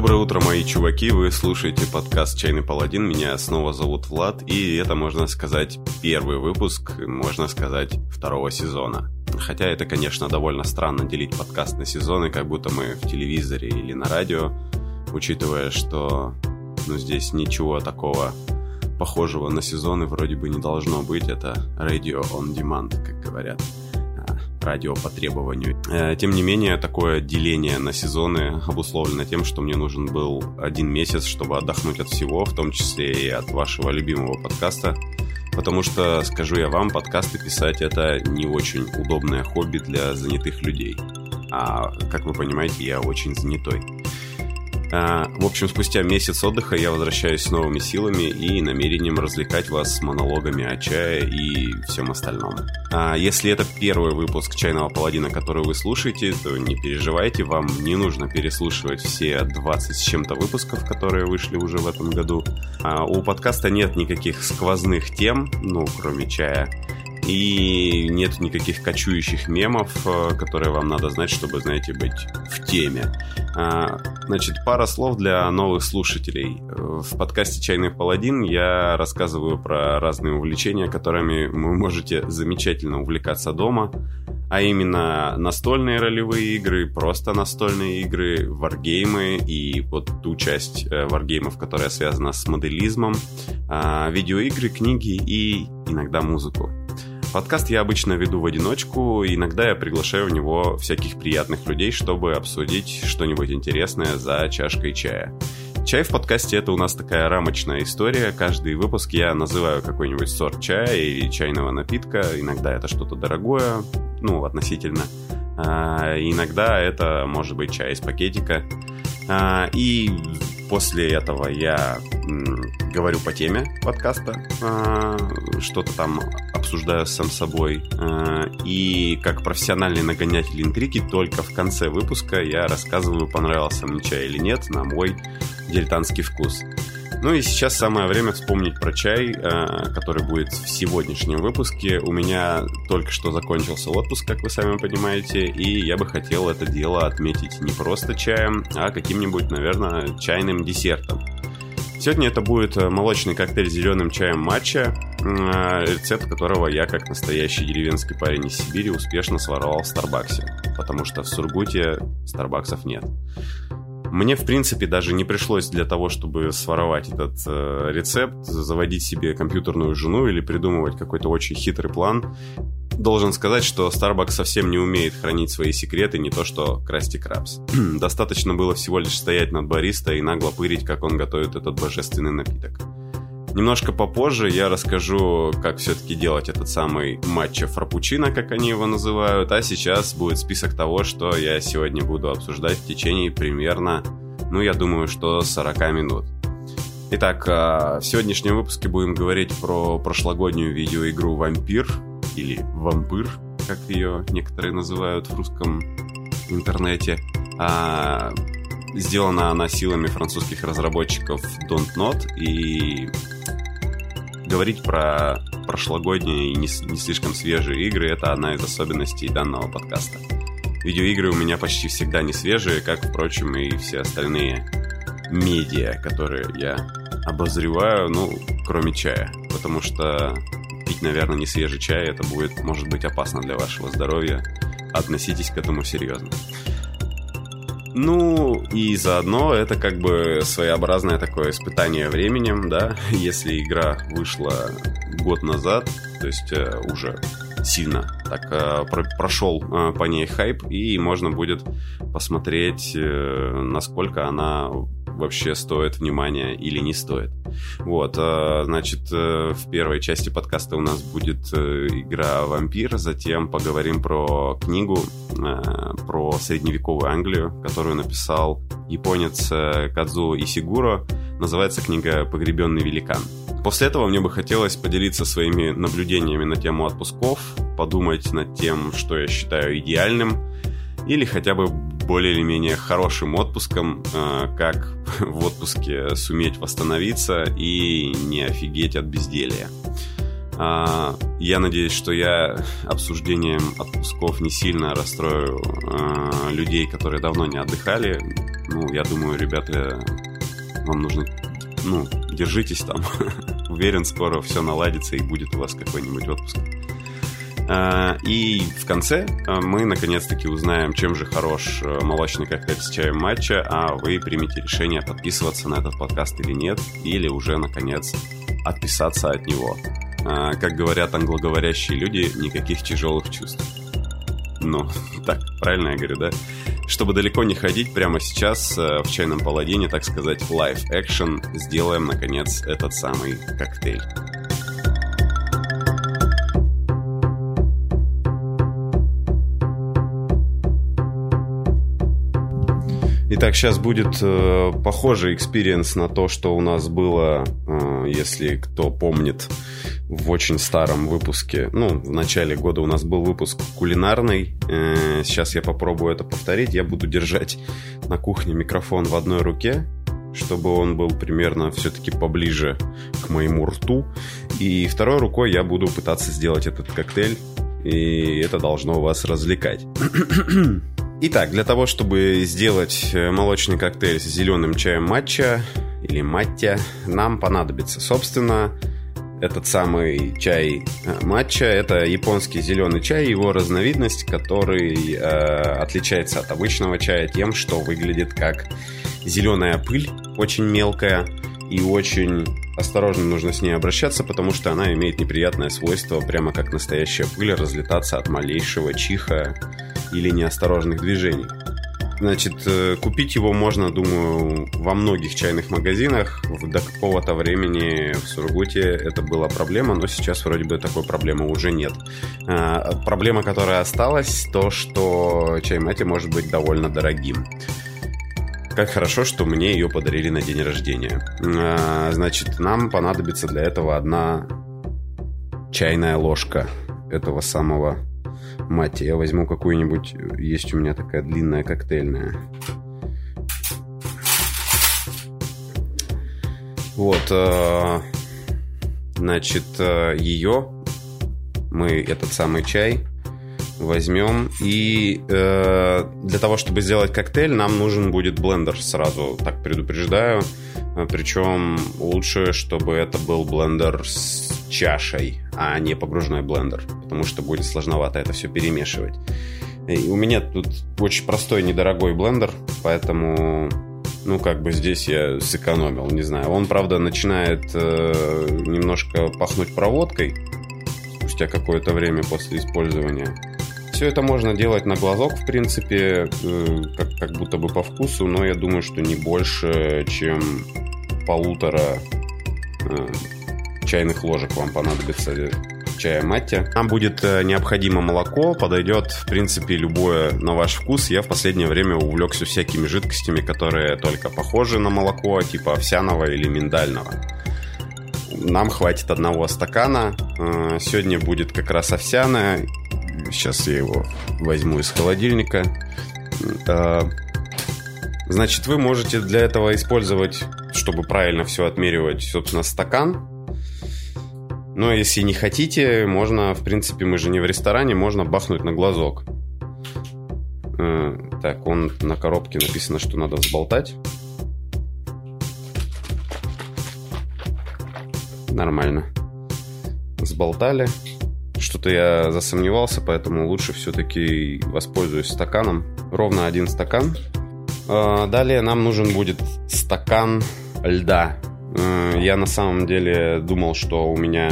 Доброе утро, мои чуваки, вы слушаете подкаст «Чайный паладин», меня снова зовут Влад, и это, можно сказать, первый выпуск, можно сказать, второго сезона. Хотя это, конечно, довольно странно делить подкаст на сезоны, как будто мы в телевизоре или на радио, учитывая, что здесь ничего такого похожего на сезоны вроде бы не должно быть, это radio on demand, как говорят. Радио по требованию. Тем не менее, такое деление на сезоны обусловлено тем, что мне нужен был 1 месяц, чтобы отдохнуть от всего, в том числе и от вашего любимого подкаста. Потому что, скажу я вам, подкасты писать — это не очень удобное хобби для занятых людей. А, как вы понимаете, я очень занятой. В общем, спустя месяц отдыха я возвращаюсь с новыми силами и намерением развлекать вас монологами о чае и всем остальном. Если это первый выпуск «Чайного паладина», который вы слушаете, то не переживайте, вам не нужно переслушивать все 20 с чем-то выпусков, которые вышли уже в этом году. У подкаста нет никаких сквозных тем, кроме чая. И нет никаких кочующих мемов, которые вам надо знать, чтобы, быть в теме. Пара слов для новых слушателей. В подкасте «Чайный паладин» я рассказываю про разные увлечения, которыми вы можете замечательно увлекаться дома. А именно настольные ролевые игры, просто настольные игры, варгеймы и вот ту часть варгеймов, которая связана с моделизмом, видеоигры, книги и иногда музыку. Подкаст я обычно веду в одиночку, и иногда я приглашаю в него всяких приятных людей, чтобы обсудить что-нибудь интересное за чашкой чая. Чай в подкасте — это у нас такая рамочная история. Каждый выпуск я называю какой-нибудь сорт чая или чайного напитка. Иногда это что-то дорогое, относительно. Иногда это может быть чай из пакетика. И после этого я говорю по теме подкаста, что-то там обсуждаю сам собой. И как профессиональный нагонятель интриги, только в конце выпуска я рассказываю, понравился мне чай или нет, на мой дилетантский вкус. И сейчас самое время вспомнить про чай, который будет в сегодняшнем выпуске. У меня только что закончился отпуск, как вы сами понимаете, и я бы хотел это дело отметить не просто чаем, а каким-нибудь, наверное, чайным десертом. Сегодня это будет молочный коктейль с зеленым чаем матча, рецепт которого я, как настоящий деревенский парень из Сибири, успешно своровал в Старбаксе, потому что в Сургуте Старбаксов нет. Мне, в принципе, даже не пришлось для того, чтобы своровать этот рецепт, заводить себе компьютерную жену или придумывать какой-то очень хитрый план. Должен сказать, что Starbucks совсем не умеет хранить свои секреты, не то что Krusty Krabs. Достаточно было всего лишь стоять над бариста и нагло пырить, как он готовит этот божественный напиток. Немножко попозже я расскажу, как все-таки делать этот самый матча фраппучино, как они его называют, а сейчас будет список того, что я сегодня буду обсуждать в течение примерно, я думаю, что 40 минут. Итак, в сегодняшнем выпуске будем говорить про прошлогоднюю видеоигру «Вампир», или «Вампир», как ее некоторые называют в русском интернете. Сделана она силами французских разработчиков Dontnod, и говорить про прошлогодние и не слишком свежие игры — это одна из особенностей данного подкаста. Видеоигры у меня почти всегда не свежие, как, впрочем, и все остальные медиа, которые я обозреваю, кроме чая, потому что пить, наверное, не свежий чай — это может быть опасно для вашего здоровья. Относитесь к этому серьезно. И заодно это как бы своеобразное такое испытание временем, да, если игра вышла год назад, то есть уже сильно так прошел по ней хайп, и можно будет посмотреть, насколько она вообще стоит внимания или не стоит. В первой части подкаста у нас будет игра «Вампир», затем поговорим про книгу про средневековую Англию, которую написал японец Кадзуо Исигуро. Называется книга «Погребенный великан». После этого мне бы хотелось поделиться своими наблюдениями на тему отпусков, подумать над тем, что я считаю идеальным, или хотя бы более или менее хорошим отпуском, как в отпуске суметь восстановиться и не офигеть от безделья. Я надеюсь, что я обсуждением отпусков не сильно расстрою людей, которые давно не отдыхали. Ну, я думаю, ребята, вам нужно... Ну, держитесь там. Уверен, скоро все наладится и будет у вас какой-нибудь отпуск. И в конце мы наконец-таки узнаем, чем же хорош молочный коктейль с чаем матча, а вы примете решение, подписываться на этот подкаст или нет, или уже, наконец, отписаться от него. Как говорят англоговорящие люди, никаких тяжелых чувств. Ну, так, правильно я говорю, да? Чтобы далеко не ходить, прямо сейчас в чайном паладине, так сказать, live action, сделаем, наконец, этот самый коктейль. Итак, сейчас будет похожий экспириенс на то, что у нас было, если кто помнит, в очень старом выпуске. Ну, в начале года у нас был выпуск кулинарный. Сейчас я попробую это повторить. Я буду держать на кухне микрофон в одной руке, чтобы он был примерно все-таки поближе к моему рту. И второй рукой я буду пытаться сделать этот коктейль. И это должно вас развлекать. Итак, для того, чтобы сделать молочный коктейль с зеленым чаем матча или маття, нам понадобится, собственно, этот самый чай матча. Это японский зеленый чай, его разновидность, который отличается от обычного чая тем, что выглядит как зеленая пыль, очень мелкая, и очень осторожно нужно с ней обращаться, потому что она имеет неприятное свойство, прямо как настоящая пыль, разлетаться от малейшего чиха или неосторожных движений. Значит, купить его можно, думаю, во многих чайных магазинах. До какого-то времени в Сургуте это была проблема, но сейчас вроде бы такой проблемы уже нет. Проблема, которая осталась, то, что чай маття может быть довольно дорогим. Как хорошо, что мне ее подарили на день рождения. Значит, нам понадобится для этого одна чайная ложка этого самого маття. Я возьму какую-нибудь... Есть у меня такая длинная коктейльная. Вот. Значит, ее мы, этот самый чай, возьмем. И для того, чтобы сделать коктейль, нам нужен будет блендер, сразу так предупреждаю. Причем лучше, чтобы это был блендер с чашей, а не погружной блендер, потому что будет сложновато это все перемешивать. И у меня тут очень простой, недорогой блендер, поэтому, ну, как бы здесь я сэкономил, не знаю. Он, правда, начинает немножко пахнуть проводкой спустя какое-то время после использования. Все это можно делать на глазок, в принципе, как будто бы по вкусу, но я думаю, что не больше, чем 1,5 чайных ложек вам понадобится чая маття. Нам будет необходимо молоко, подойдет, в принципе, любое на ваш вкус. Я в последнее время увлекся всякими жидкостями, которые только похожи на молоко, типа овсяного или миндального. Нам хватит 1 стакана. Сегодня будет как раз овсяное. Сейчас я его возьму из холодильника. Значит, вы можете для этого использовать, чтобы правильно все отмеривать, собственно, стакан. Но если не хотите, можно, в принципе, мы же не в ресторане, можно бахнуть на глазок. Так, на коробке написано, что надо взболтать. Нормально. Взболтали. Что-то я засомневался, поэтому лучше все-таки воспользуюсь стаканом. Ровно 1 стакан. Далее нам нужен будет стакан льда. Я на самом деле думал, что у меня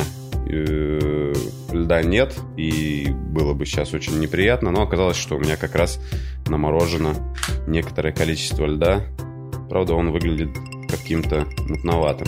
льда нет, и было бы сейчас очень неприятно, но оказалось, что у меня как раз наморожено некоторое количество льда. Правда, он выглядит каким-то мутноватым.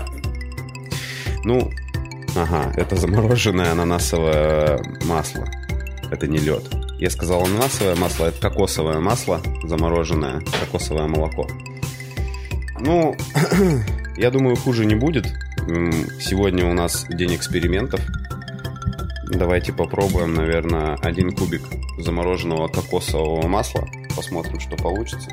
Ну, ага, это замороженное ананасовое масло. Это не лед. Я сказал ананасовое масло, это кокосовое масло, замороженное кокосовое молоко. Ну, я думаю, хуже не будет. Сегодня у нас день экспериментов. Давайте попробуем, наверное, 1 кубик замороженного кокосового масла. Посмотрим, что получится.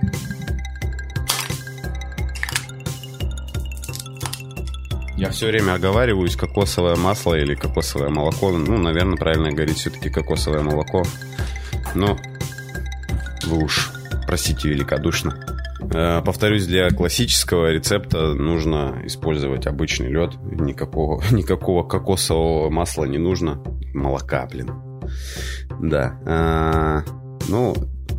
Я все время оговариваюсь, кокосовое масло или кокосовое молоко. Ну, наверное, правильно говорить все-таки кокосовое молоко. Но вы уж простите великодушно. Повторюсь, для классического рецепта нужно использовать обычный лед. Никакого кокосового масла не нужно. Молока, блин. Да. Ну,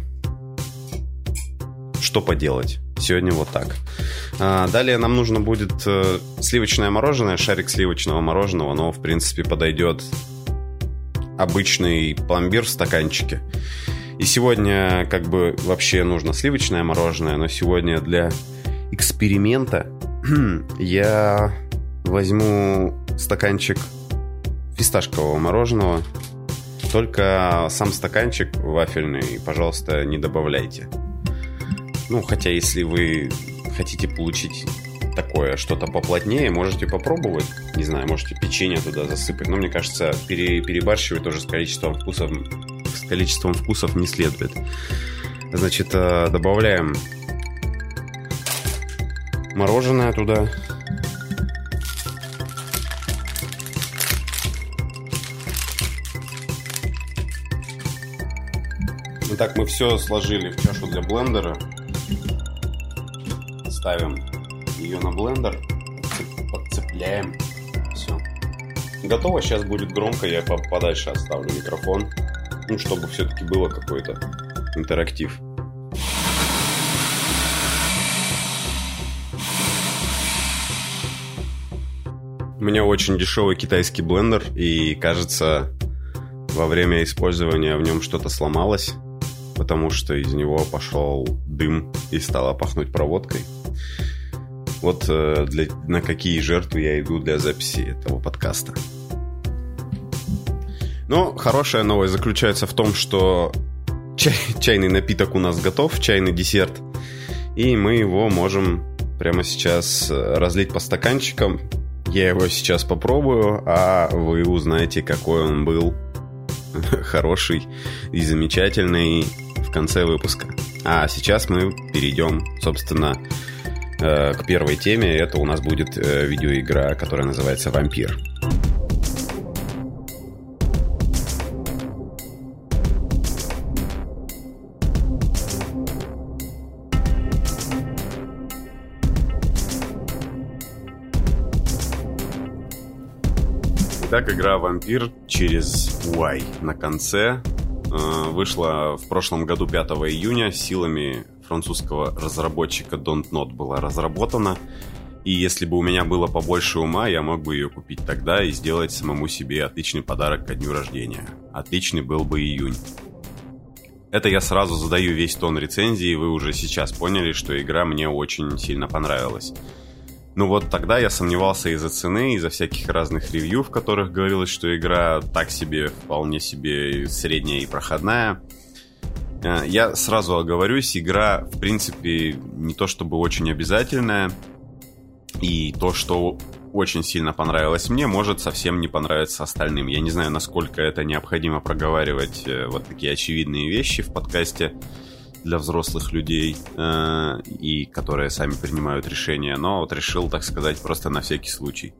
что поделать? Сегодня вот так. Далее нам нужно будет сливочное мороженое, шарик сливочного мороженого. Но, в принципе, подойдет обычный пломбир в стаканчике. И сегодня как бы вообще нужно сливочное мороженое. Но сегодня для эксперимента я возьму стаканчик фисташкового мороженого. Только сам стаканчик вафельный, пожалуйста, не добавляйте. Ну, хотя если вы хотите получить такое что-то поплотнее, можете попробовать. Не знаю, можете печенье туда засыпать. Но мне кажется, перебарщивать тоже с количеством вкусов не следует. Значит, добавляем мороженое туда. Итак, мы все сложили в чашу для блендера. Ставим ее на блендер, подцепляем. Все. Готово, сейчас будет громко, я подальше отставлю микрофон. Ну, чтобы все-таки было какой-то интерактив. У меня очень дешевый китайский блендер, и кажется, во время использования в нем что-то сломалось, потому что из него пошел дым и стало пахнуть проводкой. Вот на какие жертвы я иду для записи этого подкаста. Но хорошая новость заключается в том, что чайный напиток у нас готов, чайный десерт. И мы его можем прямо сейчас разлить по стаканчикам. Я его сейчас попробую, а вы узнаете, какой он был хороший и замечательный в конце выпуска. А сейчас мы перейдем, собственно, к первой теме. Это у нас будет видеоигра, которая называется «Вампир». Итак, игра «Вампир» через Y на конце вышла в прошлом году 5 июня силами французского разработчика Dontnod была разработана. И если бы у меня было побольше ума, я мог бы ее купить тогда и сделать самому себе отличный подарок ко дню рождения. Отличный был бы июнь. Это я сразу задаю весь тон рецензии, и вы уже сейчас поняли, что игра мне очень сильно понравилась. Ну вот тогда я сомневался из-за цены, из-за всяких разных ревью, в которых говорилось, что игра так себе, вполне себе средняя и проходная. Я сразу оговорюсь, игра, в принципе, не то чтобы очень обязательная. И то, что очень сильно понравилось мне, может совсем не понравиться остальным. Я не знаю, насколько это необходимо проговаривать вот такие очевидные вещи в подкасте для взрослых людей, и которые сами принимают решения. Но вот решил, так сказать, просто на всякий случай.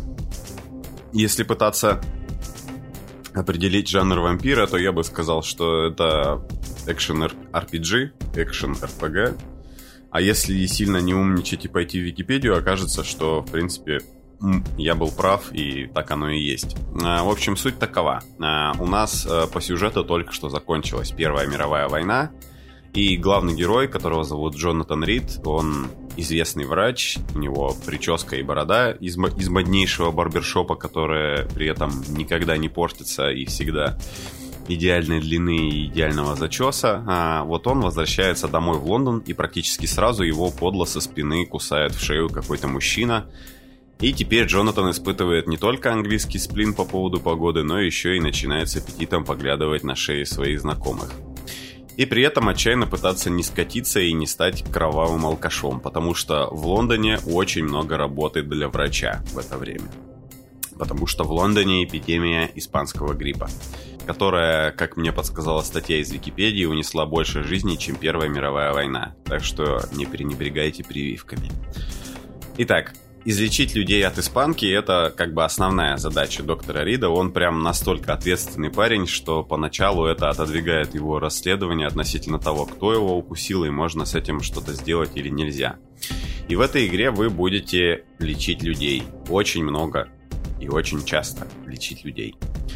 Если пытаться определить жанр вампира, то я бы сказал, что это экшен-RPG, экшен-RPG. А если сильно не умничать и пойти в Википедию, окажется, что, в принципе, я был прав, и так оно и есть. В общем, суть такова. У нас по сюжету только что закончилась Первая мировая война, и главный герой, которого зовут Джонатан Рид, он известный врач, у него прическа и борода из моднейшего барбершопа, которая при этом никогда не портится и всегда идеальной длины и идеального зачеса. Вот он возвращается домой в Лондон, и практически сразу его подло со спины кусает в шею какой-то мужчина. И теперь Джонатан испытывает не только английский сплин по поводу погоды, но еще и начинает с аппетитом поглядывать на шеи своих знакомых. И при этом отчаянно пытаться не скатиться и не стать кровавым алкашом, потому что в Лондоне очень много работы для врача в это время. Потому что в Лондоне эпидемия испанского гриппа, которая, как мне подсказала статья из Википедии, унесла больше жизней, чем Первая мировая война. Так что не пренебрегайте прививками. Итак, излечить людей от испанки — это как бы основная задача доктора Рида. Он прям настолько ответственный парень, что поначалу это отодвигает его расследование относительно того, кто его укусил, и можно с этим что-то сделать или нельзя. И в этой игре вы будете лечить людей. Очень много и очень часто лечить людей.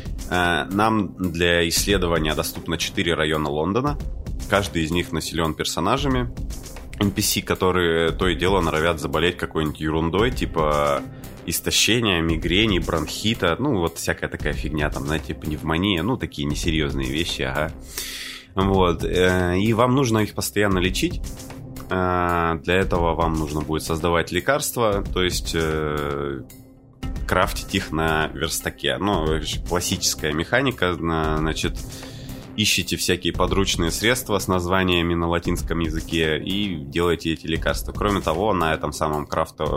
Нам для исследования доступно 4 района Лондона. Каждый из них населен персонажами. NPC, которые то и дело норовят заболеть какой-нибудь ерундой, типа истощения, мигрени, бронхита, ну вот всякая такая фигня, там, знаете, пневмония, ну такие несерьезные вещи, ага. Вот, и вам нужно их постоянно лечить. Для этого вам нужно будет создавать лекарства, то есть крафтить их на верстаке. Ну, классическая механика, значит... Ищите всякие подручные средства с названиями на латинском языке и делайте эти лекарства. Кроме того, на этом самом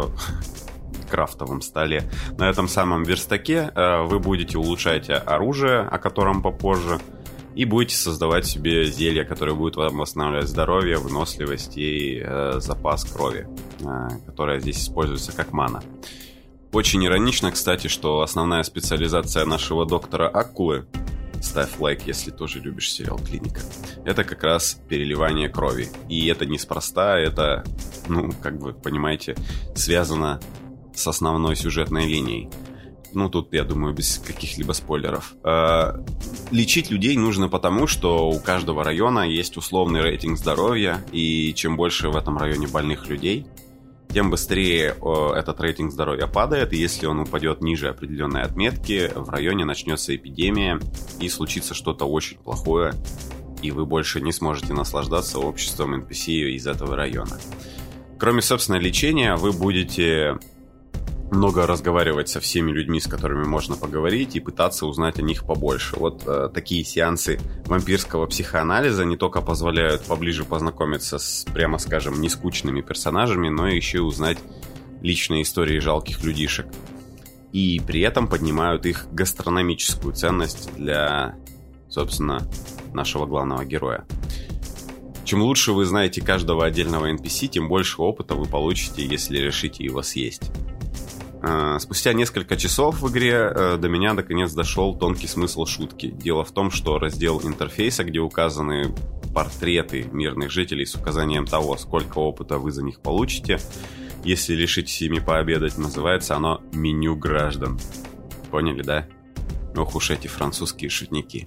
крафтовом столе, на этом самом верстаке вы будете улучшать оружие, о котором попозже, и будете создавать себе зелья, которые будут вам восстанавливать здоровье, выносливость и запас крови, которая здесь используется как мана. Очень иронично, кстати, что основная специализация нашего доктора Акулы, ставь лайк, если тоже любишь сериал «Клиника», это как раз переливание крови. И это неспроста, это, ну, как вы понимаете, связано с основной сюжетной линией. Ну, тут, я думаю, без каких-либо спойлеров. Лечить людей нужно потому, что у каждого района есть условный рейтинг здоровья, и чем больше в этом районе больных людей, тем быстрее этот рейтинг здоровья падает, и если он упадет ниже определенной отметки, в районе начнется эпидемия, и случится что-то очень плохое, и вы больше не сможете наслаждаться обществом NPC из этого района. Кроме, собственно, лечения, вы будете много разговаривать со всеми людьми, с которыми можно поговорить, и пытаться узнать о них побольше. Вот такие сеансы вампирского психоанализа не только позволяют поближе познакомиться с, прямо скажем, нескучными персонажами, но еще и узнать личные истории жалких людишек. И при этом поднимают их гастрономическую ценность для, собственно, нашего главного героя. Чем лучше вы знаете каждого отдельного NPC, тем больше опыта вы получите, если решите его съесть. Спустя несколько часов в игре до меня наконец дошел тонкий смысл шутки. Дело в том, что раздел интерфейса, где указаны портреты мирных жителей с указанием того, сколько опыта вы за них получите, если решите ими пообедать, называется оно «Меню граждан». Поняли, да? Ох уж эти французские шутники.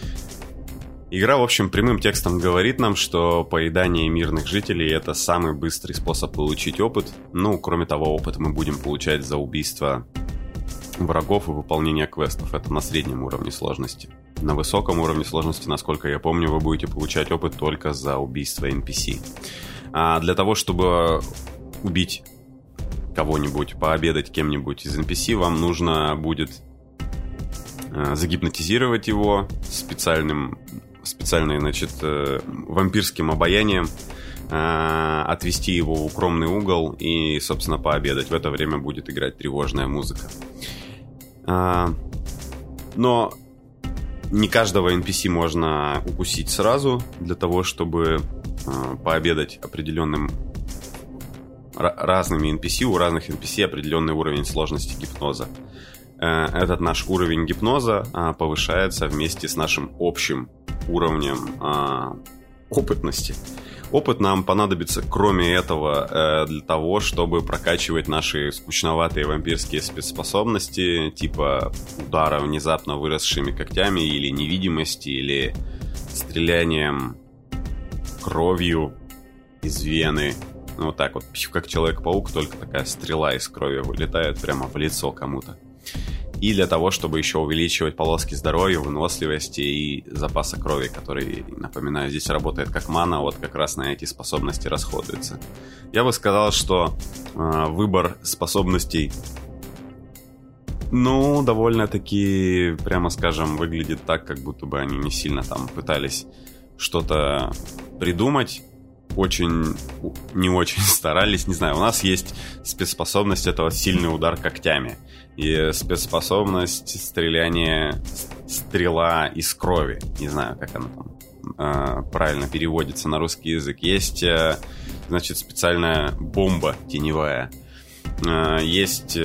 Игра, в общем, прямым текстом говорит нам, что поедание мирных жителей — это самый быстрый способ получить опыт. Ну, кроме того, опыт мы будем получать за убийство врагов и выполнение квестов. Это на среднем уровне сложности. На высоком уровне сложности, насколько я помню, вы будете получать опыт только за убийство NPC. А для того, чтобы убить кого-нибудь, пообедать кем-нибудь из NPC, вам нужно будет загипнотизировать его специальным, значит, вампирским обаянием, отвести его в укромный угол и, собственно, пообедать. В это время будет играть тревожная музыка. Но не каждого NPC можно укусить сразу. Для того, чтобы пообедать определенным разными NPC, у разных NPC определенный уровень сложности гипноза. Этот наш уровень гипноза повышается вместе с нашим общим уровнем опытности. Опыт нам понадобится, кроме этого, для того, чтобы прокачивать наши скучноватые вампирские спецспособности, типа удара внезапно выросшими когтями, или невидимости, или стрелянием кровью из вены. Ну, вот так вот, как Человек-паук, только такая стрела из крови вылетает прямо в лицо кому-то. И для того, чтобы еще увеличивать полоски здоровья, выносливости и запаса крови, который, напоминаю, здесь работает как мана, вот как раз на эти способности расходуется. Я бы сказал, что выбор способностей, ну, довольно-таки, прямо скажем, выглядит так, как будто бы они не сильно там пытались что-то придумать. Не очень старались, не знаю, у нас есть спецспособность, это сильный удар когтями, и спецспособность стрела из крови, не знаю, как она там правильно переводится на русский язык. Есть, значит, специальная бомба теневая, Есть,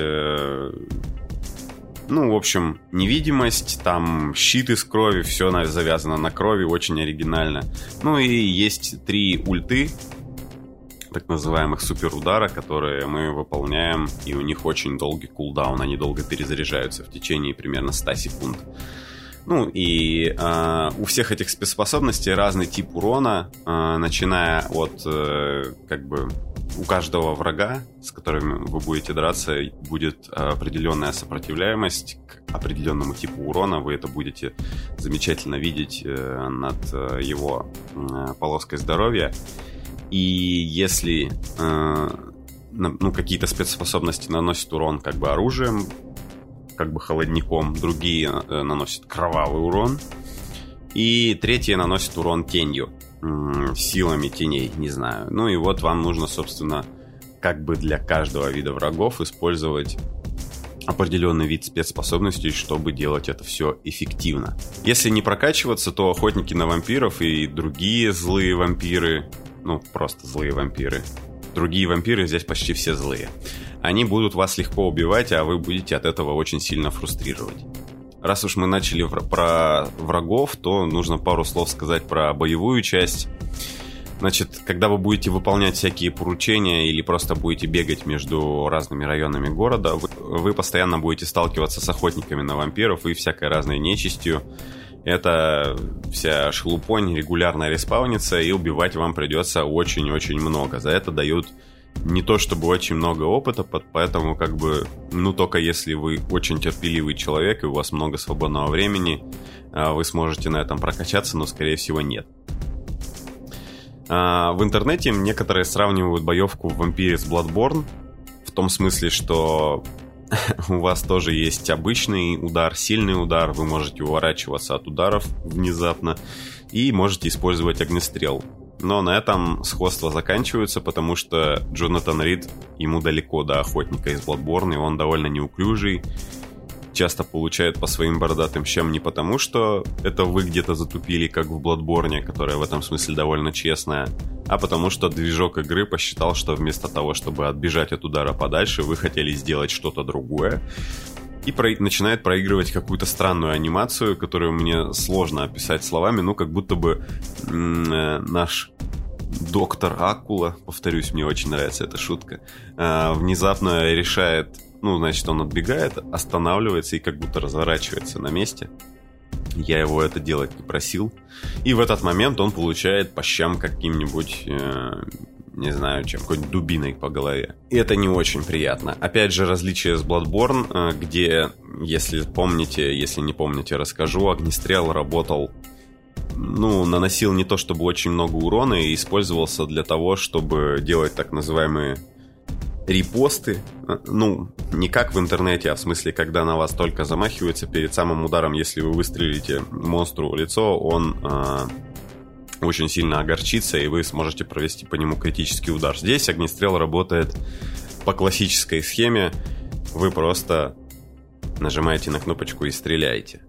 в общем, невидимость, там щит из крови, все завязано на крови, очень оригинально. Ну и есть 3 ульты, так называемых суперудара, которые мы выполняем, и у них очень долгий кулдаун, они долго перезаряжаются в течение примерно 100 секунд. Ну и у всех этих спецспособностей разный тип урона, начиная от у каждого врага, с которым вы будете драться, будет определенная сопротивляемость к определенному типу урона. Вы это будете замечательно видеть над его полоской здоровья. И если какие-то спецспособности наносят урон оружием, холодником, другие наносят кровавый урон, и третьи наносят урон тенью, силами теней, не знаю. Ну и вот вам нужно, собственно, для каждого вида врагов использовать определенный вид спецспособностей, чтобы делать это все эффективно. Если не прокачиваться, то охотники на вампиров и другие злые вампиры, просто злые вампиры, другие вампиры здесь почти все злые, они будут вас легко убивать, а вы будете от этого очень сильно фрустрировать. Раз уж мы начали про врагов, то нужно пару слов сказать про боевую часть. Значит, когда вы будете выполнять всякие поручения или просто будете бегать между разными районами города, вы постоянно будете сталкиваться с охотниками на вампиров и всякой разной нечистью. Это вся шелупонь регулярно респаунится, и убивать вам придется очень-очень много. За это дают не то чтобы очень много опыта, поэтому только если вы очень терпеливый человек и у вас много свободного времени, вы сможете на этом прокачаться, но скорее всего нет. В интернете некоторые сравнивают боевку в вампире с Bloodborne, в том смысле, что у вас тоже есть обычный удар, сильный удар, вы можете уворачиваться от ударов внезапно и можете использовать огнестрел. Но на этом сходства заканчиваются, потому что Джонатан Рид, ему далеко до охотника из Bloodborne, и он довольно неуклюжий, часто получает по своим бородатым щам не потому, что это вы где-то затупили, как в Bloodborne, которая в этом смысле довольно честная, а потому что движок игры посчитал, что вместо того, чтобы отбежать от удара подальше, вы хотели сделать что-то другое, и начинает проигрывать какую-то странную анимацию, которую мне сложно описать словами, как будто бы наш доктор Акула, повторюсь, мне очень нравится эта шутка, внезапно решает, он отбегает, останавливается и как будто разворачивается на месте. Я его это делать не просил. И в этот момент он получает по щам каким-нибудь, не знаю чем, какой-нибудь дубиной по голове. И это не очень приятно. Опять же, различие с Bloodborne, где, если помните, если не помните, расскажу, огнестрел работал, наносил не то чтобы очень много урона и использовался для того, чтобы делать так называемые репосты. Не как в интернете, а в смысле, когда на вас только замахиваются перед самым ударом, если вы выстрелите монстру в лицо, он очень сильно огорчится, и вы сможете провести по нему критический удар. Здесь огнестрел работает по классической схеме. Вы просто нажимаете на кнопочку и стреляете.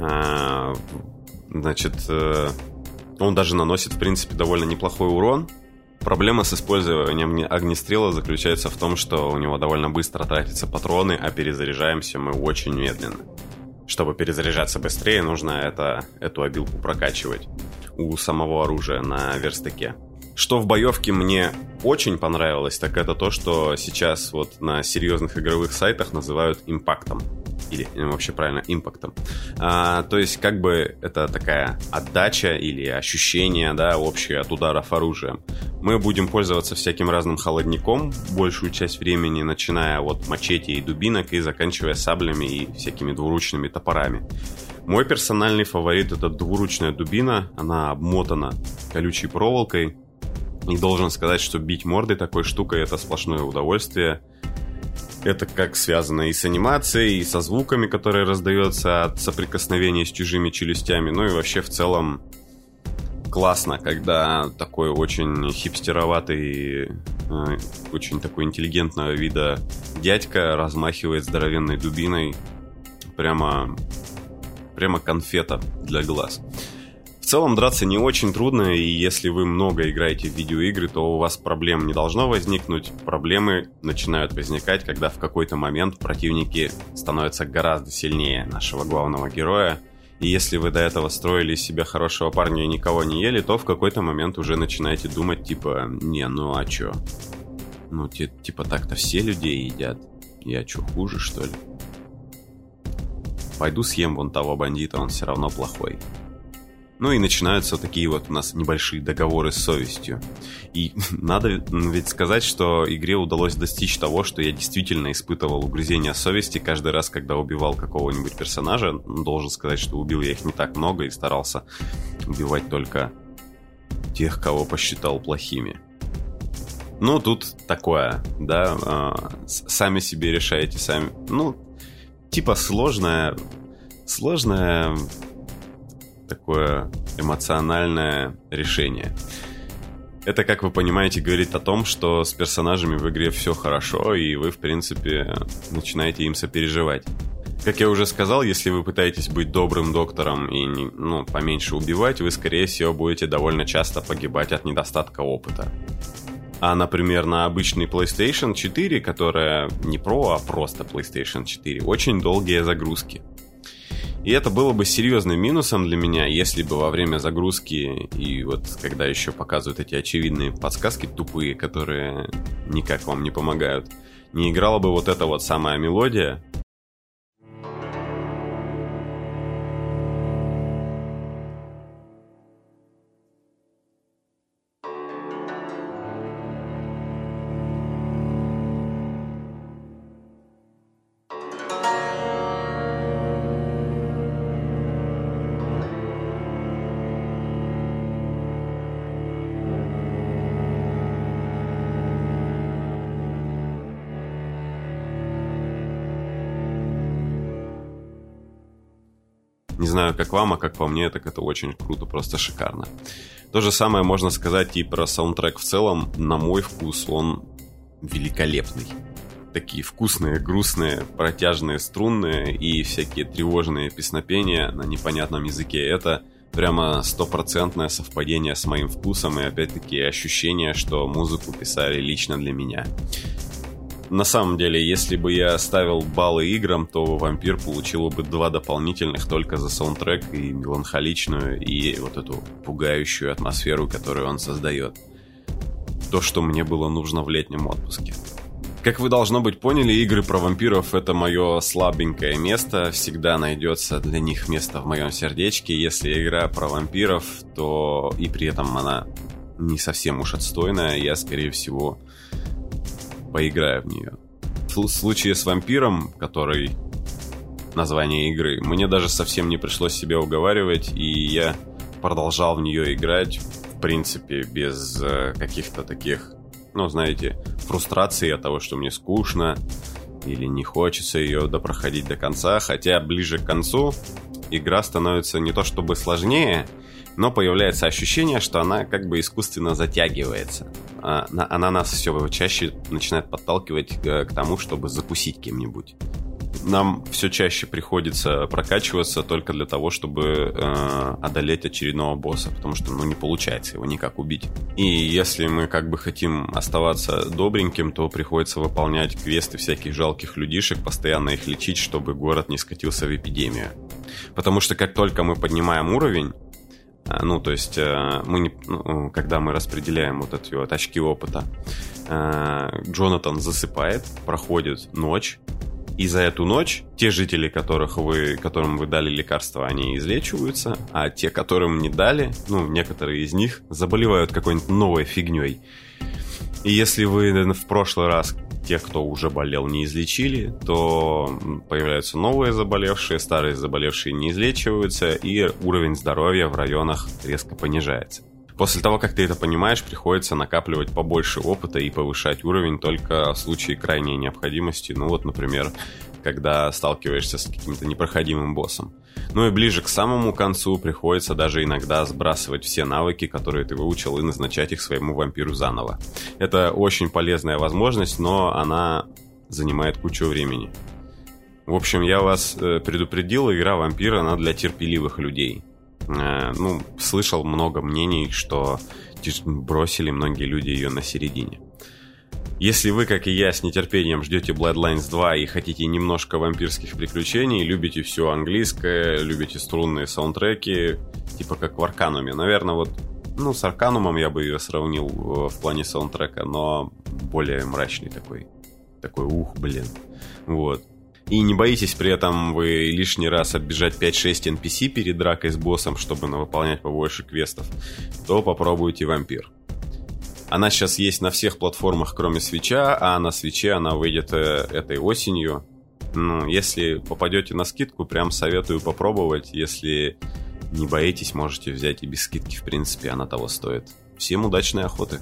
Он даже наносит, в принципе, довольно неплохой урон. Проблема с использованием огнестрела заключается в том, что у него довольно быстро тратятся патроны, а перезаряжаемся мы очень медленно. Чтобы перезаряжаться быстрее, нужно эту обилку прокачивать у самого оружия на верстаке. Что в боевке мне очень понравилось, так это то, что сейчас на серьезных игровых сайтах называют импактом. Или вообще правильно, импактом. То есть это такая отдача или ощущение, общее от ударов оружием. Мы будем пользоваться всяким разным холодником большую часть времени, начиная от мачете и дубинок и заканчивая саблями и всякими двуручными топорами. Мой персональный фаворит — это двуручная дубина. Она обмотана колючей проволокой. И должен сказать, что бить мордой такой штукой — это сплошное удовольствие. Это как связано и с анимацией, и со звуками, которые раздаются от соприкосновения с чужими челюстями. И вообще в целом классно, когда такой очень хипстероватый, очень такой интеллигентного вида дядька размахивает здоровенной дубиной. Прямо конфета для глаз. В целом драться не очень трудно, и если вы много играете в видеоигры, то у вас проблем не должно возникнуть. Проблемы начинают возникать, когда в какой-то момент противники становятся гораздо сильнее нашего главного героя. И если вы до этого строили из себя хорошего парня и никого не ели, то в какой-то момент уже начинаете думать, типа, не, ну а чё? Ну, типа, так-то все людей едят. Я чё, хуже, что ли? Пойду съем вон того бандита, он все равно плохой. Ну и начинаются такие вот у нас небольшие договоры с совестью. И надо ведь сказать, что игре удалось достичь того, что я действительно испытывал угрызение совести каждый раз, когда убивал какого-нибудь персонажа. Должен сказать, что убил я их не так много и старался убивать только тех, кого посчитал плохими. Ну, тут такое, да, сами себе решаете, сами. Ну, типа сложное такое эмоциональное решение. Это, как вы понимаете, говорит о том, что с персонажами в игре все хорошо, и вы, в принципе, начинаете им сопереживать. Как я уже сказал, если вы пытаетесь быть добрым доктором и поменьше убивать, вы, скорее всего, будете довольно часто погибать от недостатка опыта. А, например, на обычный PlayStation 4, которая не Pro, а просто PlayStation 4, очень долгие загрузки. И это было бы серьезным минусом для меня, если бы во время загрузки и вот когда еще показывают эти очевидные подсказки тупые, которые никак вам не помогают, не играла бы вот эта вот самая мелодия. Не знаю, как вам, а как по мне, так это очень круто, просто шикарно. То же самое можно сказать и про саундтрек в целом. На мой вкус он великолепный. Такие вкусные, грустные, протяжные струнные и всякие тревожные песнопения на непонятном языке. Это прямо стопроцентное совпадение с моим вкусом и опять-таки ощущение, что музыку писали лично для меня. На самом деле, если бы я ставил баллы играм, то «Вампир» получил бы 2 дополнительных только за саундтрек и меланхоличную, и вот эту пугающую атмосферу, которую он создает. То, что мне было нужно в летнем отпуске. Как вы, должно быть, поняли, игры про вампиров — это мое слабенькое место. Всегда найдется для них место в моем сердечке. Если игра про вампиров, то и при этом она не совсем уж отстойная, я, скорее всего, поиграю в нее. В случае с «Вампиром», который название игры, мне даже совсем не пришлось себя уговаривать, и я продолжал в нее играть, в принципе, без каких-то таких, знаете, фрустраций от того, что мне скучно или не хочется ее допроходить до конца, хотя ближе к концу игра становится не то чтобы сложнее, но появляется ощущение, что она как бы искусственно затягивается. Она нас все чаще начинает подталкивать к тому, чтобы закусить кем-нибудь. Нам все чаще приходится прокачиваться только для того, чтобы одолеть очередного босса, потому что не получается его никак убить. И если мы как бы хотим оставаться добреньким, то приходится выполнять квесты всяких жалких людишек, постоянно их лечить, чтобы город не скатился в эпидемию. Потому что как только мы поднимаем уровень, когда мы распределяем вот эти вот очки опыта, Джонатан засыпает, проходит ночь, и за эту ночь те жители, которым вы дали лекарства, они излечиваются, а те, которым не дали, некоторые из них заболевают какой-нибудь новой фигней. И если вы в прошлый раз тех, кто уже болел, не излечили, то появляются новые заболевшие, старые заболевшие не излечиваются, и уровень здоровья в районах резко понижается. После того, как ты это понимаешь, приходится накапливать побольше опыта и повышать уровень только в случае крайней необходимости. Например, когда сталкиваешься с каким-то непроходимым боссом. И ближе к самому концу приходится даже иногда сбрасывать все навыки, которые ты выучил, и назначать их своему вампиру заново. Это очень полезная возможность, но она занимает кучу времени. В общем, я вас предупредил, игра «Вампир», она для терпеливых людей. Слышал много мнений, что бросили многие люди ее на середине. Если вы, как и я, с нетерпением ждете Bloodlines 2 и хотите немножко вампирских приключений, любите все английское, любите струнные саундтреки, типа как в Аркануме, наверное, с Арканумом я бы ее сравнил в плане саундтрека, но более мрачный такой, вот. И не боитесь при этом вы лишний раз оббежать 5-6 NPC перед дракой с боссом, чтобы выполнять побольше квестов, то попробуйте Вампир. Она сейчас есть на всех платформах, кроме Свитча, а на Свитче она выйдет этой осенью. Если попадете на скидку, прям советую попробовать. Если не боитесь, можете взять и без скидки, в принципе, она того стоит. Всем удачной охоты!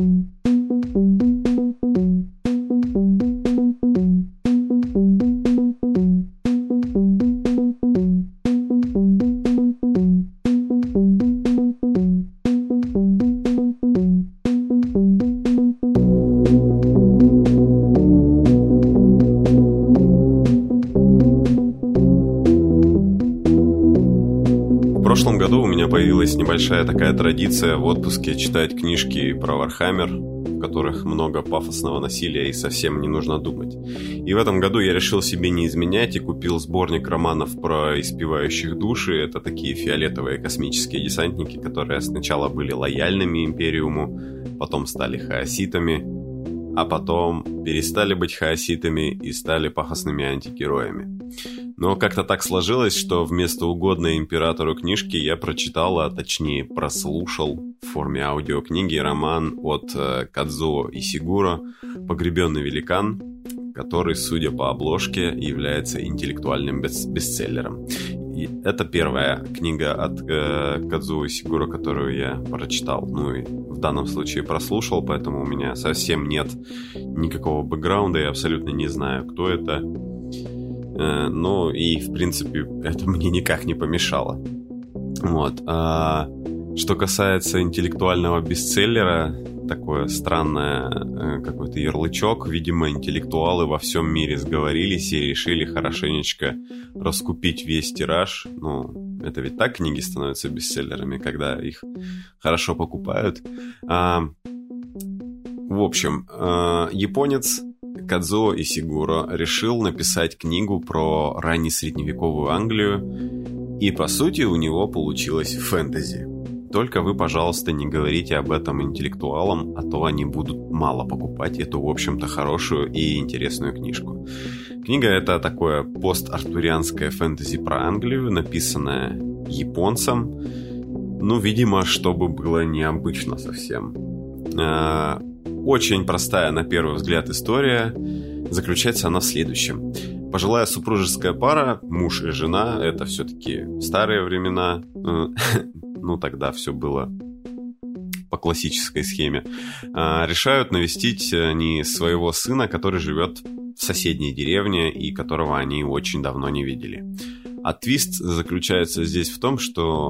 В прошлом году у меня появилась небольшая такая традиция в отпуске читать книжки про Вархаммер, в которых много пафосного насилия и совсем не нужно думать. И в этом году я решил себе не изменять и купил сборник романов про испевающих души. Это такие фиолетовые космические десантники, которые сначала были лояльными Империуму, потом стали хаоситами, а потом перестали быть хаоситами и стали пафосными антигероями. Но как-то так сложилось, что вместо угодной императору книжки я прочитал, а точнее прослушал в форме аудиокниги роман от Кадзуо Исигуро «Погребенный великан», который, судя по обложке, является интеллектуальным бестселлером. И это первая книга от Кадзуо Исигуро, которую я прочитал. И в данном случае прослушал, поэтому у меня совсем нет никакого бэкграунда, я абсолютно не знаю, кто это. И, в принципе, это мне никак не помешало. Вот. Что касается интеллектуального бестселлера, такое странное какой-то ярлычок. Видимо, интеллектуалы во всем мире сговорились и решили хорошенечко раскупить весь тираж. Это ведь так книги становятся бестселлерами, когда их хорошо покупают. В общем, японец Кадзуо Исигуро решил написать книгу про раннесредневековую Англию, и, по сути, у него получилось фэнтези. Только вы, пожалуйста, не говорите об этом интеллектуалам, а то они будут мало покупать эту, в общем-то, хорошую и интересную книжку. Книга — это такое пост-артурианское фэнтези про Англию, написанное японцем, видимо, чтобы было необычно совсем. Очень простая, на первый взгляд, история. Заключается она в следующем. Пожилая супружеская пара, муж и жена, это все-таки старые времена, тогда все было по классической схеме, решают навестить они своего сына, который живет в соседней деревне и которого они очень давно не видели. А твист заключается здесь в том, что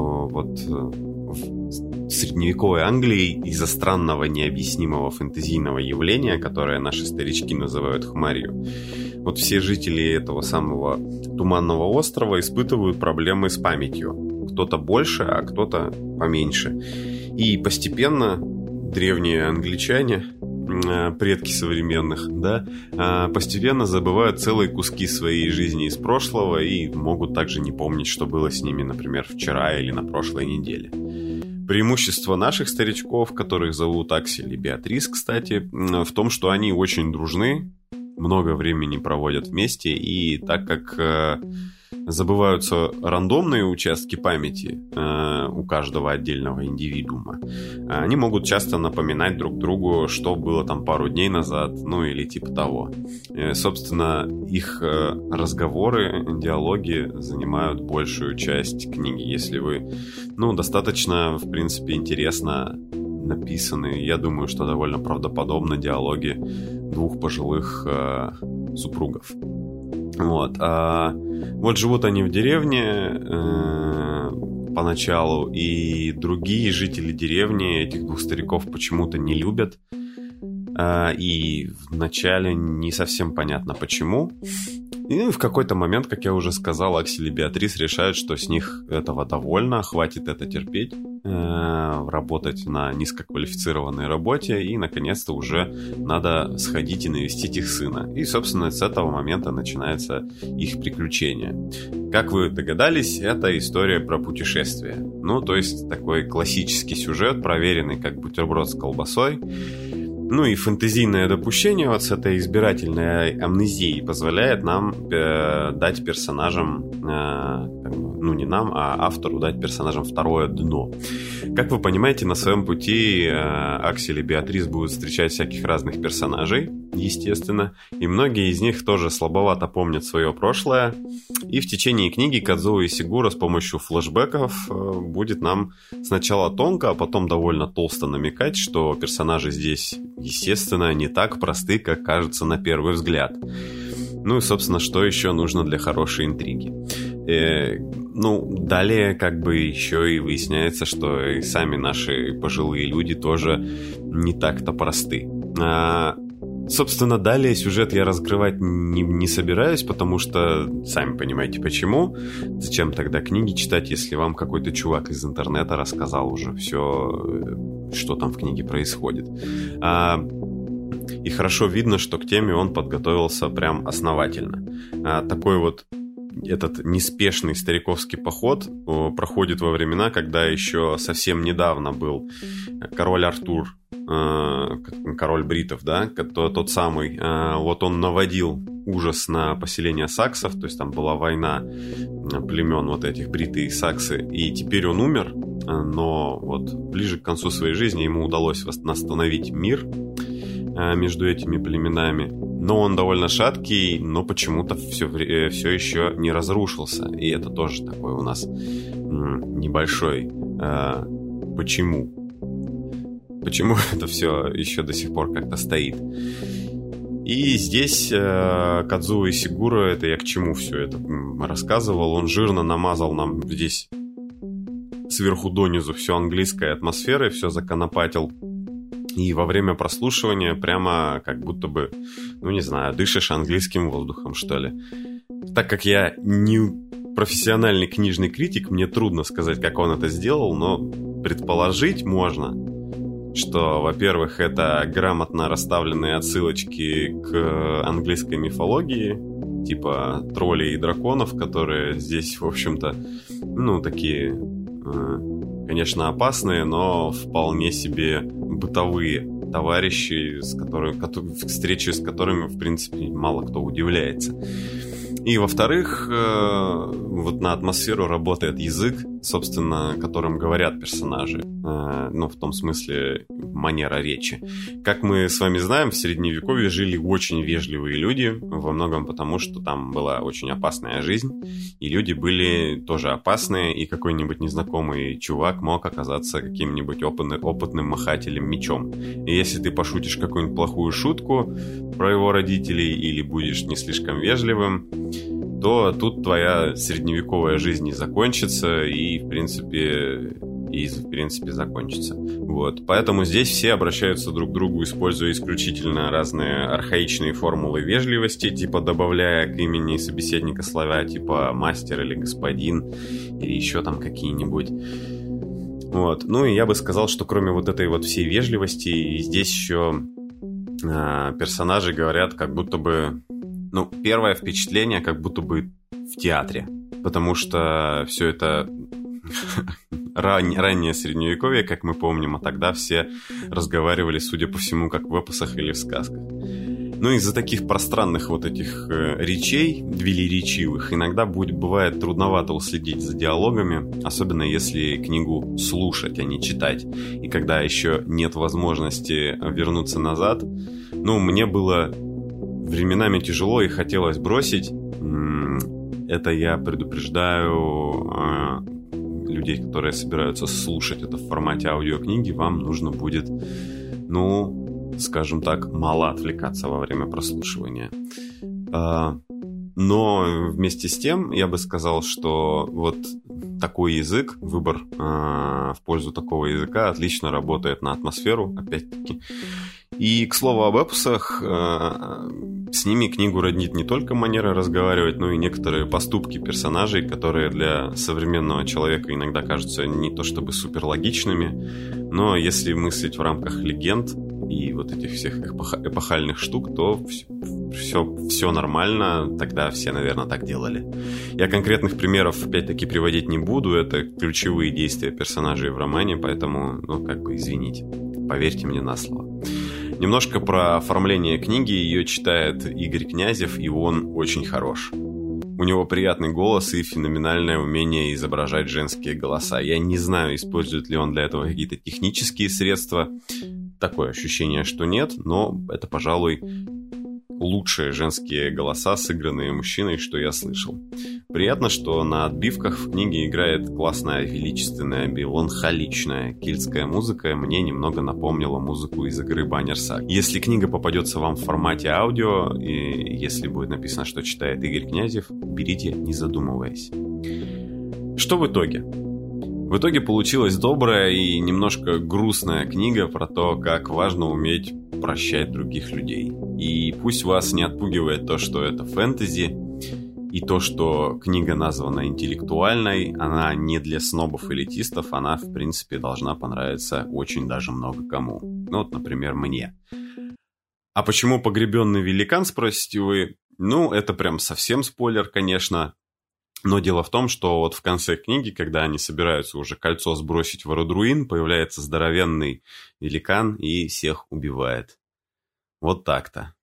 в средневековой Англии из-за странного необъяснимого фэнтезийного явления, которое наши старички называют хмарью, все жители этого самого Туманного острова испытывают проблемы с памятью. Кто-то больше, а кто-то поменьше. И постепенно древние англичане, предки современных, постепенно забывают целые куски своей жизни из прошлого и могут также не помнить, что было с ними, например, вчера или на прошлой неделе. Преимущество наших старичков, которых зовут Аксель и Беатрис, кстати, в том, что они очень дружны, много времени проводят вместе, и так как забываются рандомные участки памяти у каждого отдельного индивидуума, они могут часто напоминать друг другу, что было там пару дней назад, или типа того. Собственно, их разговоры, диалоги занимают большую часть книги. Если вы, достаточно, в принципе, интересно написаны, я думаю, что довольно правдоподобно диалоги двух пожилых супругов. Живут они в деревне поначалу, и другие жители деревни этих двух стариков почему-то не любят. И вначале не совсем понятно почему. И в какой-то момент, как я уже сказал, Аксель и Беатрис решают, что с них этого довольно, хватит это терпеть, работать на низкоквалифицированной работе, и, наконец-то, уже надо сходить и навестить их сына. И, собственно, с этого момента начинается их приключение. Как вы догадались, это история про путешествие. Ну, то есть, такой классический сюжет, проверенный как бутерброд с колбасой. Ну и фэнтезийное допущение вот с этой избирательной амнезией позволяет нам дать персонажам, ну не нам, а автору дать персонажам второе дно. Как вы понимаете, на своем пути Аксель и Беатрис будут встречать всяких разных персонажей, естественно, и многие из них тоже слабовато помнят свое прошлое. И в течение книги Кадзуо Исигура с помощью флешбеков будет нам сначала тонко, а потом довольно толсто намекать, что персонажи здесь, естественно, не так просты, как кажется на первый взгляд. Ну и, собственно, что еще нужно для хорошей интриги? Далее как бы еще и выясняется, что и сами наши пожилые люди тоже не так-то просты. Собственно, далее сюжет я раскрывать не собираюсь, потому что, сами понимаете почему. Зачем тогда книги читать, если вам какой-то чувак из интернета рассказал уже все, что там в книге происходит. И хорошо видно, что к теме он подготовился прям основательно. Такой вот этот неспешный стариковский поход проходит во времена, когда еще совсем недавно был король Артур, король бритов, да, тот самый. Вот он наводил ужас на поселение саксов, то есть там была война племен вот этих, бриты и саксы, и теперь он умер, но вот ближе к концу своей жизни ему удалось восстановить мир между этими племенами. Но он довольно шаткий, но почему-то все еще не разрушился. И это тоже такой у нас небольшой почему. Почему это все еще до сих пор как-то стоит. И здесь Кадзуо Исигура, это я к чему все это рассказывал, он жирно намазал нам здесь сверху донизу все английской атмосферой, все законопатил. И во время прослушивания прямо как будто бы, дышишь английским воздухом, что ли. Так как я не профессиональный книжный критик, мне трудно сказать, как он это сделал, но предположить можно, что, во-первых, это грамотно расставленные отсылочки к английской мифологии, типа троллей и драконов, которые здесь, в общем-то, такие... конечно, опасные, но вполне себе бытовые товарищи, встречи с которыми, в принципе, мало кто удивляется. И, во-вторых, вот на атмосферу работает язык, собственно, которым говорят персонажи. В том смысле, манера речи. Как мы с вами знаем, в Средневековье жили очень вежливые люди, во многом потому, что там была очень опасная жизнь, и люди были тоже опасные, и какой-нибудь незнакомый чувак мог оказаться каким-нибудь опытным махателем мечом. И если ты пошутишь какую-нибудь плохую шутку про его родителей или будешь не слишком вежливым, то тут твоя средневековая жизнь не закончится и, в принципе, закончится. Вот. Поэтому здесь все обращаются друг к другу, используя исключительно разные архаичные формулы вежливости, типа добавляя к имени собеседника слова типа мастер или господин, или еще там какие-нибудь. Вот. И я бы сказал, что кроме вот этой вот всей вежливости, здесь еще персонажи говорят как будто бы... первое впечатление как будто бы в театре, потому что все это раннее средневековье, как мы помним, а тогда все разговаривали, судя по всему, как в эпосах или в сказках. Из-за таких пространных вот этих речей, велеречивых, иногда бывает трудновато уследить за диалогами, особенно если книгу слушать, а не читать. И когда еще нет возможности вернуться назад, мне было временами тяжело и хотелось бросить. Это я предупреждаю людей, которые собираются слушать это в формате аудиокниги. Вам нужно будет, скажем так, мало отвлекаться во время прослушивания. Но вместе с тем я бы сказал, что вот такой язык, выбор в пользу такого языка отлично работает на атмосферу, опять-таки. И, к слову об эпосах, С ними книгу роднит не только манера разговаривать, но и некоторые поступки персонажей, которые для современного человека иногда кажутся не то чтобы суперлогичными, но если мыслить в рамках легенд и вот этих всех эпохальных штук, то все нормально, тогда все, наверное, так делали. Я конкретных примеров, опять-таки, приводить не буду, это ключевые действия персонажей в романе, поэтому, извините, поверьте мне на слово. Немножко про оформление книги. Ее читает Игорь Князев, и он очень хорош. У него приятный голос и феноменальное умение изображать женские голоса. Я не знаю, использует ли он для этого какие-то технические средства. Такое ощущение, что нет, но это, пожалуй, лучшие женские голоса, сыгранные мужчиной, что я слышал. Приятно, что на отбивках в книге играет классная, величественная, меланхоличная кельтская музыка. Мне немного напомнила музыку из игры Баннерсаг. Если книга попадется вам в формате аудио, и если будет написано, что читает Игорь Князев, берите, не задумываясь. Что в итоге? В итоге получилась добрая и немножко грустная книга про то, как важно уметь прощать других людей. И пусть вас не отпугивает то, что это фэнтези, и то, что книга названа интеллектуальной, она не для снобов-элитистов, она, в принципе, должна понравиться очень даже много кому. Например, мне. А почему «Погребенный великан», спросите вы? Это прям совсем спойлер, конечно. Но дело в том, что вот в конце книги, когда они собираются уже кольцо сбросить в Родруин, появляется здоровенный великан и всех убивает. Вот так-то.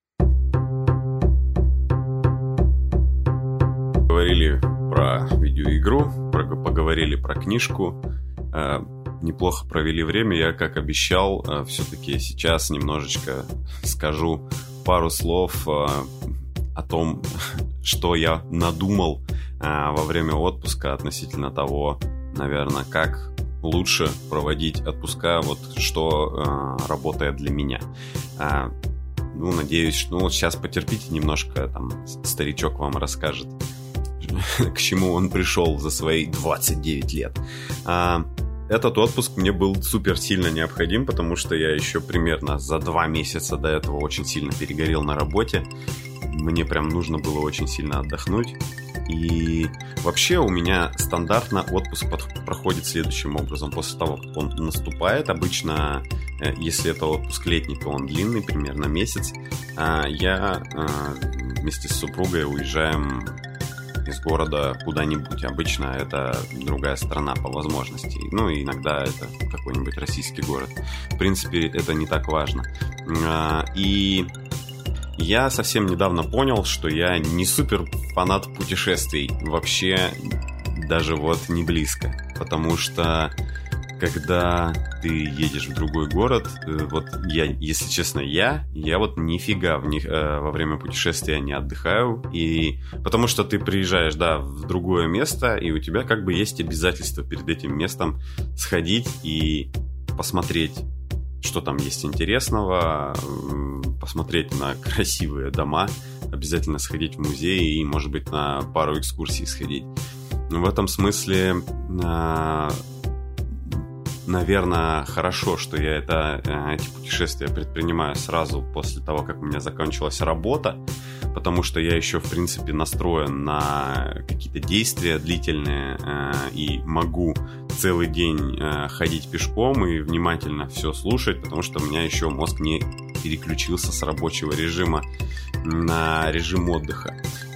Поговорили про видеоигру, поговорили про книжку. Неплохо провели время. Я, как обещал, все-таки сейчас немножечко скажу пару слов о том, что я надумал во время отпуска относительно того, наверное, как лучше проводить отпуска, что работает для меня. Надеюсь, что сейчас потерпите немножко, старичок вам расскажет, к чему он пришел за свои 29 лет. Этот отпуск мне был супер сильно необходим, потому что я еще примерно за 2 месяца до этого очень сильно перегорел на работе. Мне прям нужно было очень сильно отдохнуть. И вообще у меня стандартно отпуск проходит следующим образом. После того, как он наступает, обычно, если это отпуск летний, то он длинный, примерно месяц, я вместе с супругой уезжаем из города куда-нибудь. Обычно это другая страна по возможности. Иногда это какой-нибудь российский город. В принципе, это не так важно. И я совсем недавно понял, что я не супер фанат путешествий. Вообще, даже не близко. Потому что, когда ты едешь в другой город, если честно, я нифига во время путешествия не отдыхаю. И потому что ты приезжаешь, в другое место, и у тебя есть обязательство перед этим местом сходить и посмотреть, что там есть интересного, посмотреть на красивые дома, обязательно сходить в музей и, может быть, на пару экскурсий сходить. В этом смысле, наверное, хорошо, что я эти путешествия предпринимаю сразу после того, как у меня закончилась работа, потому что я еще, в принципе, настроен на какие-то действия длительные и могу целый день ходить пешком и внимательно все слушать, потому что у меня еще мозг не переключился с рабочего режима на режим отдыха.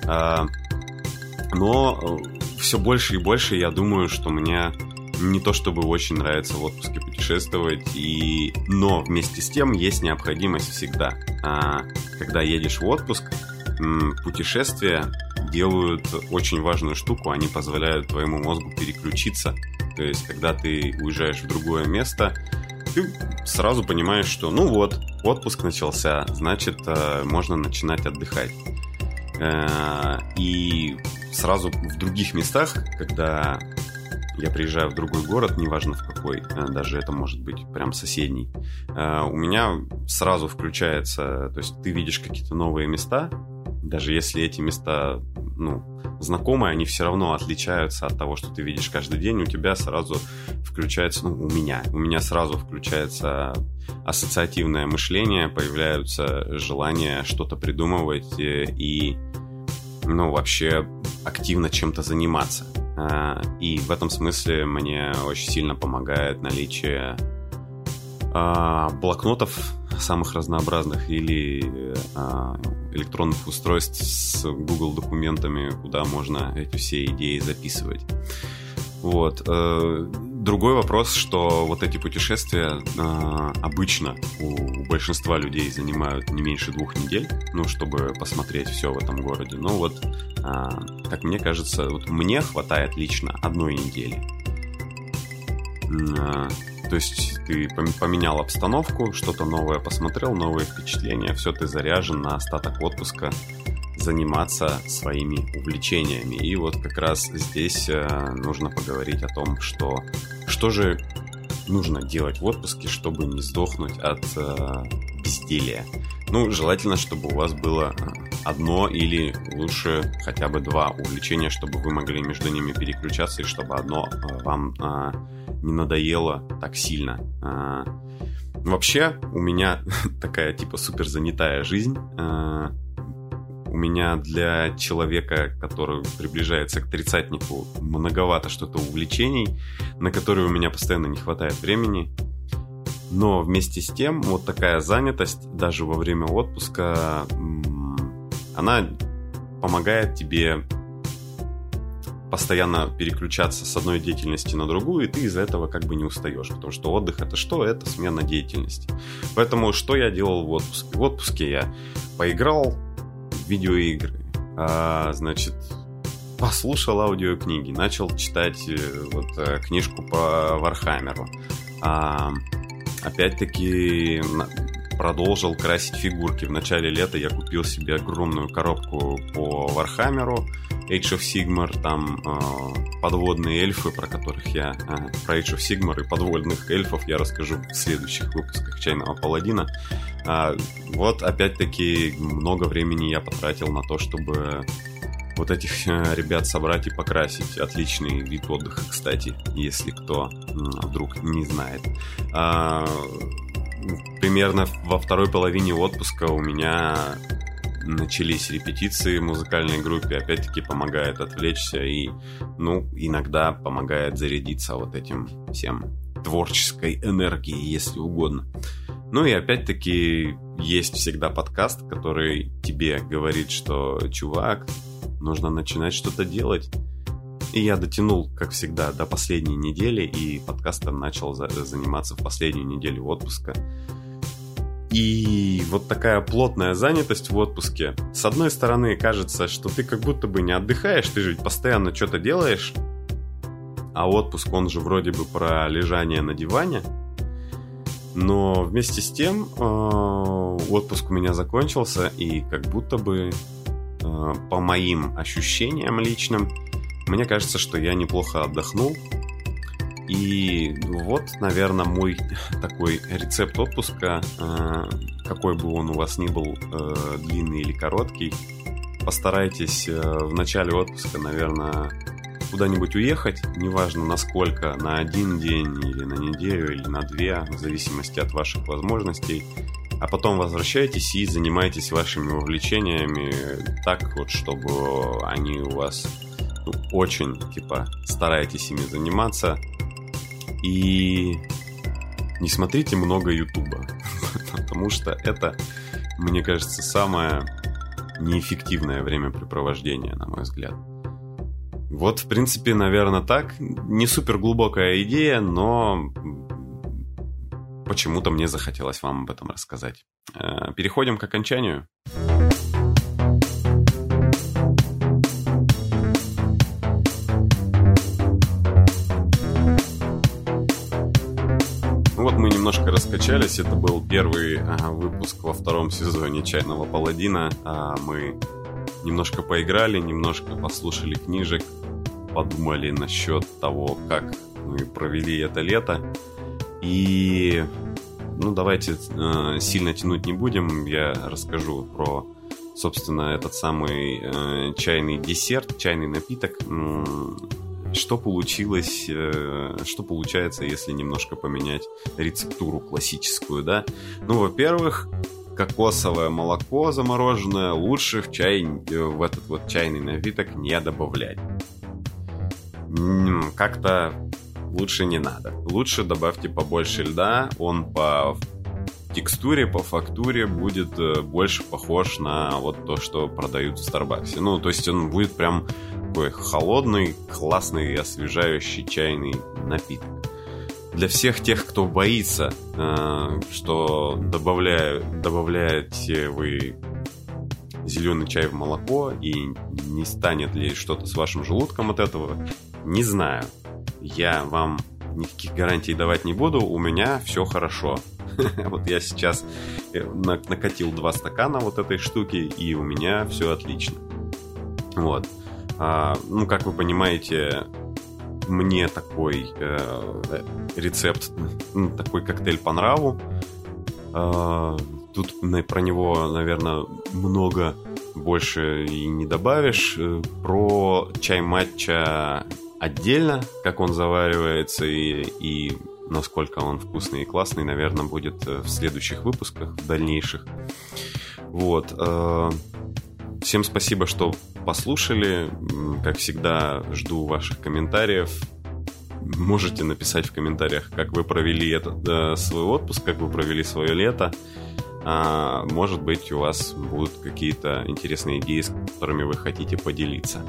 Но все больше и больше я думаю, что мне не то чтобы очень нравится в отпуске путешествовать, но вместе с тем есть необходимость всегда. Когда едешь в отпуск, путешествия делают очень важную штуку, они позволяют твоему мозгу переключиться. То есть, когда ты уезжаешь в другое место, ты сразу понимаешь, что отпуск начался, значит, можно начинать отдыхать. И сразу в других местах, когда я приезжаю в другой город, неважно в какой, даже это может быть прям соседний, у меня сразу включается, то есть ты видишь какие-то новые места, даже если эти места знакомые, они все равно отличаются от того, что ты видишь каждый день. У тебя сразу включается, у меня сразу включается ассоциативное мышление, появляются желания что-то придумывать и вообще активно чем-то заниматься. И в этом смысле мне очень сильно помогает наличие блокнотов самых разнообразных или электронных устройств с Google документами, куда можно эти все идеи записывать. Вот. Другой вопрос, что вот эти путешествия обычно у большинства людей занимают не меньше 2 недель, чтобы посмотреть все в этом городе. Но вот, как мне кажется, мне хватает лично 1 недели. То есть ты поменял обстановку, что-то новое посмотрел, новые впечатления, все, ты заряжен на остаток отпуска заниматься своими увлечениями. И вот как раз здесь нужно поговорить о том, что же нужно делать в отпуске, чтобы не сдохнуть от безделия. Желательно, чтобы у вас было 1 или лучше хотя бы 2 увлечения, чтобы вы могли между ними переключаться и чтобы одно вам не надоело так сильно. Вообще, у меня такая супер занятая жизнь. У меня для человека, который приближается к тридцатнику, многовато что-то увлечений, на которые у меня постоянно не хватает времени. Но вместе с тем, вот такая занятость, даже во время отпуска, она помогает тебе постоянно переключаться с одной деятельности на другую, и ты из-за этого не устаешь, потому что отдых — это что? Это смена деятельности. Поэтому что я делал в отпуске? В отпуске я поиграл в видеоигры, послушал аудиокниги, начал читать книжку по Вархаммеру, опять-таки продолжил красить фигурки. В начале лета я купил себе огромную коробку по Вархаммеру, Age of Sigmar, там подводные эльфы, про Age of Sigmar и подводных эльфов я расскажу в следующих выпусках Чайного Паладина. Вот опять-таки много времени я потратил на то, чтобы вот этих ребят собрать и покрасить. Отличный вид отдыха, кстати, если кто вдруг не знает. Примерно во второй половине отпуска у меня начались репетиции в музыкальной группе. Опять-таки помогает отвлечься и, иногда помогает зарядиться вот этим всем творческой энергией, если угодно. И опять-таки есть всегда подкаст, который тебе говорит, что, чувак, нужно начинать что-то делать. И я дотянул, как всегда, до последней недели, и подкастом начал заниматься в последнюю неделю отпуска. И вот такая плотная занятость в отпуске. С одной стороны, кажется, что ты как будто бы не отдыхаешь, ты же ведь постоянно что-то делаешь. А отпуск, он же вроде бы про лежание на диване. Но вместе с тем отпуск у меня закончился, и как будто бы по моим ощущениям личным, мне кажется, что я неплохо отдохнул. И вот, наверное, мой такой рецепт отпуска, какой бы он у вас ни был, длинный или короткий, постарайтесь в начале отпуска, наверное, куда-нибудь уехать, неважно насколько, на 1 день или на неделю, или на 2, в зависимости от ваших возможностей. А потом возвращайтесь и занимайтесь вашими увлечениями так вот, чтобы они у вас очень, старайтесь ими заниматься. И не смотрите много Ютуба, потому что это, мне кажется, самое неэффективное времяпрепровождение, на мой взгляд. Вот, в принципе, наверное, так. Не супер глубокая идея, но почему-то мне захотелось вам об этом рассказать. Переходим к окончанию. Вот мы немножко раскачались. Это был первый выпуск во 2 сезоне Чайного Паладина. Мы немножко поиграли, немножко послушали книжек, подумали насчет того, как мы провели это лето. И давайте сильно тянуть не будем. Я расскажу про собственно, этот самый чайный десерт, чайный напиток. Что получается, если немножко поменять рецептуру классическую, да? Ну, во-первых, кокосовое молоко замороженное лучше в этот вот чайный напиток не добавлять. Как-то лучше не надо. Лучше добавьте побольше льда, он по текстуре, по фактуре будет больше похож на вот то, что продают в Старбаксе. Ну, то есть он будет прям такой холодный, классный, освежающий чайный напиток. Для всех тех, кто боится, что добавляете вы зеленый чай в молоко и не станет ли что-то с вашим желудком от этого, не знаю. Я вам никаких гарантий давать не буду, у меня все хорошо. Вот я сейчас накатил 2 стакана вот этой штуки, и у меня все отлично. Вот. Ну, как вы понимаете, мне такой рецепт, такой коктейль по нраву. Тут про него, наверное, много больше и не добавишь. Про чай-матча отдельно, как он заваривается и насколько он вкусный и классный, наверное, будет в следующих выпусках, в дальнейших. Вот. Всем спасибо, что послушали. Как всегда, жду ваших комментариев. Можете написать в комментариях, как вы провели свой отпуск, как вы провели свое лето. Может быть, у вас будут какие-то интересные идеи, с которыми вы хотите поделиться.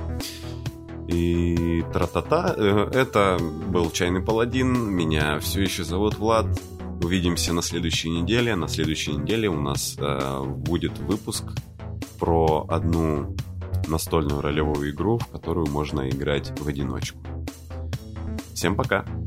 И тра-та-та. Это был Чайный Паладин. Меня все еще зовут Влад. Увидимся на следующей неделе. На следующей неделе у нас будет выпуск про одну настольную ролевую игру, в которую можно играть в одиночку. Всем пока!